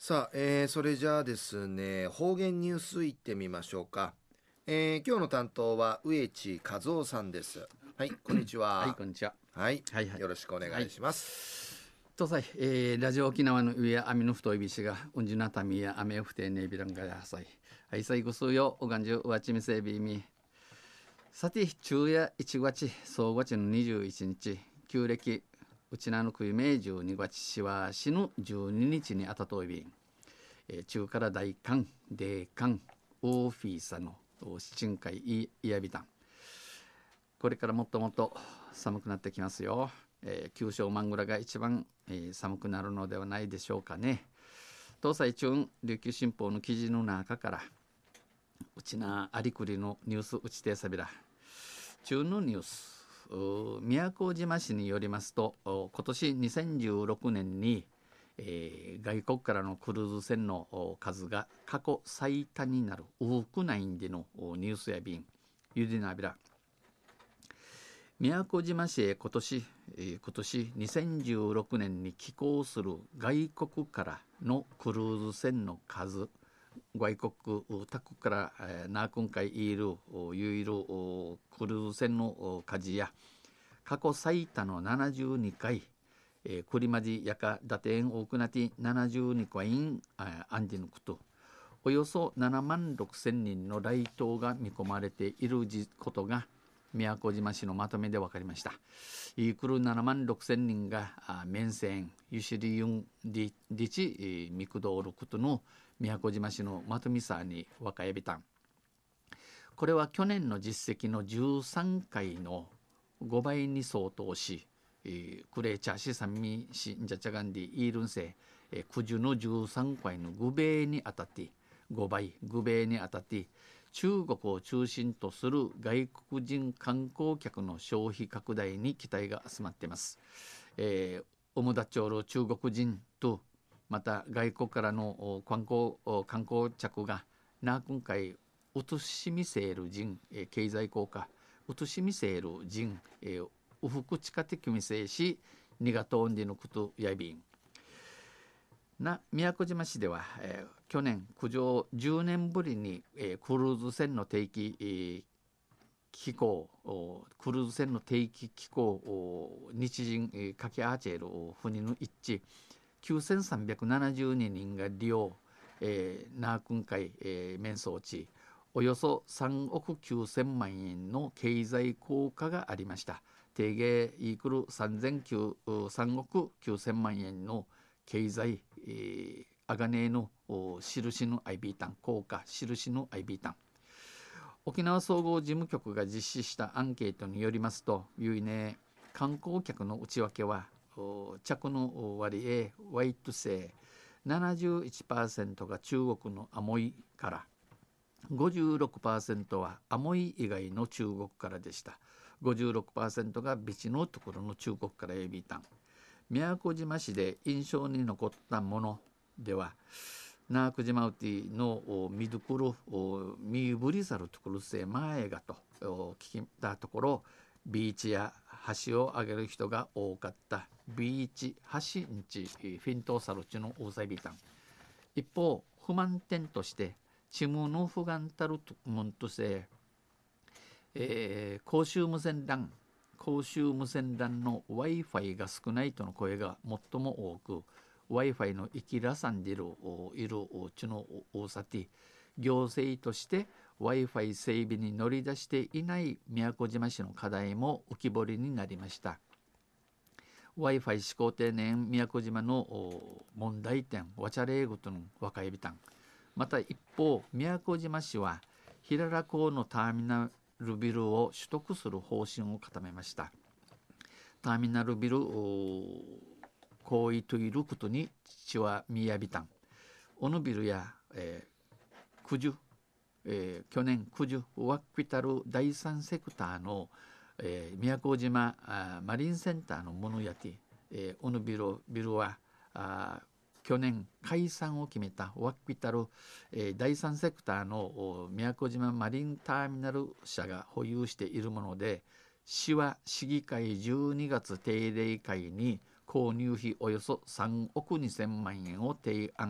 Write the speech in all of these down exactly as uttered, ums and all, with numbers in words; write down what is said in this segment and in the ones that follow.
さあ、えーそれじゃあですね、方言ニュースいってみましょうか。えー今日の担当は植地和夫さんです。はい、こんにちはい、 は。 こんにちは。 はい、 はいはい。 よろしくお願はい。 いします。 東西、えーラジオ沖縄の上や網の太いびしが、うんじなたみや雨をふてねびらんがやさい。はい、最後数よ、おがんじゅう、わちみせびみ。さて、昼夜いちがつ、総月のにじゅういちにち、旧暦、うちなのくいめじゅうにがつ、しわしのじゅうににちにあたといびん。えー中から大寒、大寒、オーフィーサの七人会いいやびたん。これからもっともっと寒くなってきますよ。えー、九州マングラが一番、えー寒くなるのではないでしょうかね。東西中琉球新報の記事の中からうちなありくりのニュースうちてさびら中のニュース宮古島市によりますと今年にせんじゅうろくねんに、えー外国からのクルーズ船の数が過去最多になる多くないんでのニュースや便ゆでなびら宮古島市へ今年、えー今年にせんじゅうろくねんに寄港する外国からのクルーズ船の数外国他国から、えー、ナークン海イールユイルクルーズ船の数や過去最多のななじゅうにかい、えー、クリマジやか打点多くなってななじゅうにかいんアンディヌクとおよそななまんろくせんにんの来島が見込まれていることが宮古島市のまとめで分かりました。イークルななまんろくせんにんが面線ユシリユンリリチミクドールクトの宮古島市のまとみさに若えびたん。これは去年の実績のじゅうさんかいのごばいに相当し、えークレーチャーシサンミシンジャチャガンディイールンセ、えー、クジュのじゅうさんかいのグベイにあたってごばいグベイにあたって中国を中心とする外国人観光客の消費拡大に期待が集まっています。えー、オムダチョール中国人とまた外国からの観光観光客がナークン海ウトシミセール人、えー、経済効果ウトシミセール人、えー、ウフクチカテキミセイシニガトンディのクトヤビンな宮古島市では、えー、去年駆除じゅうねんぶりに、えー、クルーズ船の定期、えー、機構クルーズ船の定期機構日人、えー、カキアーチェル船の一致きゅうせんさんびゃくななじゅうににんが利用、えー、ナークン海、えー、面相地およそさんおくきゅうせんまんえんの経済効果がありました。定芸イークルさんおくきゅうせんまんえんの経済、えー、アガネの印の アイビー タン効果印の アイビー タン沖縄総合事務局が実施したアンケートによりますというね観光客の内訳は着の割合ワイト性 ななじゅういちパーセント が中国のアモイからごじゅうろくパーセント はアモイ以外の中国からでした。ごじゅうろくパーセント がビチのところの中国からエビタン宮古島市で印象に残ったものではナークジマウティのミドクルミーブリザルトクルセ前がと聞いたところビーチや橋を上げる人が多かったビーチ橋んちフィントーサルチの大サイビタン一方不満点としてチムのフガンタルムントセ、えー、公衆無線 ラン 公衆無線 ラン の Wi-Fi が少ないとの声が最も多く Wi-Fi の生きらさんでいるいるちの大さて行政として Wi-Fi 整備に乗り出していない宮古島市の課題も浮き彫りになりました。Wi-Fi 施行定年宮古島の問題点ワチャレーグとの若いビタンまた一方宮古島市は平良港のターミナルビルを取得する方針を固めました。ターミナルビル行為といることに父は宮ビタンオヌビルや、えー、九十、えー、去年九十ワックィタル第三セクターの、えー、宮古島マリンセンターのモノヤティ、えー、オヌビルビルはあ去年解散を決めたワックィタル、えー、第三セクターの宮古島マリンターミナル社が保有しているもので市は市議会じゅうにがつ定例会に購入費およそさんおくにせんまんえんを提案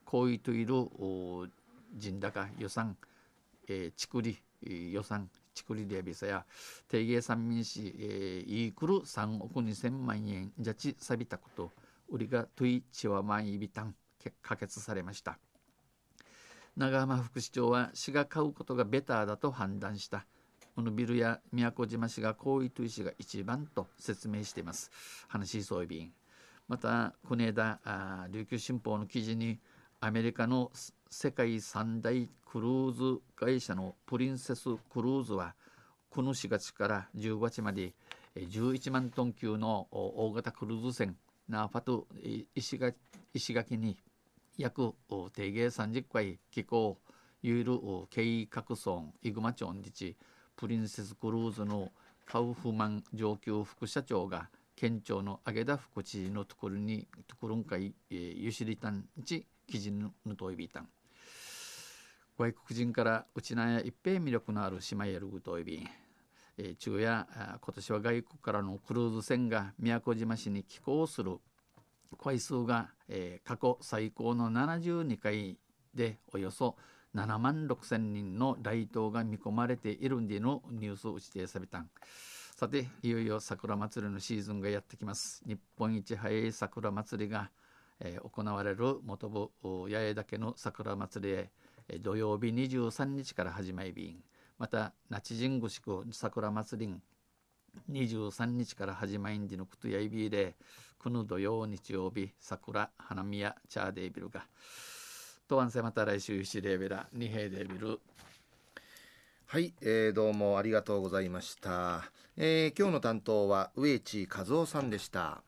こういといる人高予算、えー、ちくり予算ちくりレビサや定芸三民市、えー、イークルさんおくにせんまんえんじゃちさびたこと売りがトゥイチワマンイビタン可決されました。長浜副市長は市が買うことがベターだと判断した。このビルや宮古島市がこういとい市が一番と説明しています。話しそういびん。またこの間琉球新報の記事にアメリカの世界三大クルーズ会社のプリンセスクルーズはこのしがつからじゅうごがつまでじゅういちまんトン級の大型クルーズ船ナーファト石垣、石垣に約定芸さんじゅっかい寄港ゆいる計画村イグマ町にちプリンセスクルーズのカウフマン上級副社長が県庁の揚田副知事のところにところんかいゆしりたんち記事のといびたん外国人からうちなや一平魅力のある島やるぐといびん、えー、昼夜今年は外国からのクルーズ船が宮古島市に寄港する回数が、えー、過去最高のななじゅうにかいでおよそななまんろくせんにんの来島が見込まれているんでのニュースを打ち定されたん。さていよいよ桜祭りのシーズンがやってきます。日本一早い桜祭りが、えー、行われる本部八重岳の桜祭りへ、えー、土曜日にじゅうさんにちから始まりびん、また那智神宮宿桜祭りんにじゅうさんにちから始まりんでのくとやいびでこの土曜日曜日桜花見やチャーデービルがとわんせまた来週しレーベラにへいデービル。 はい、えー、どうもありがとうございました。えー、今日の担当は植地和夫さんでした。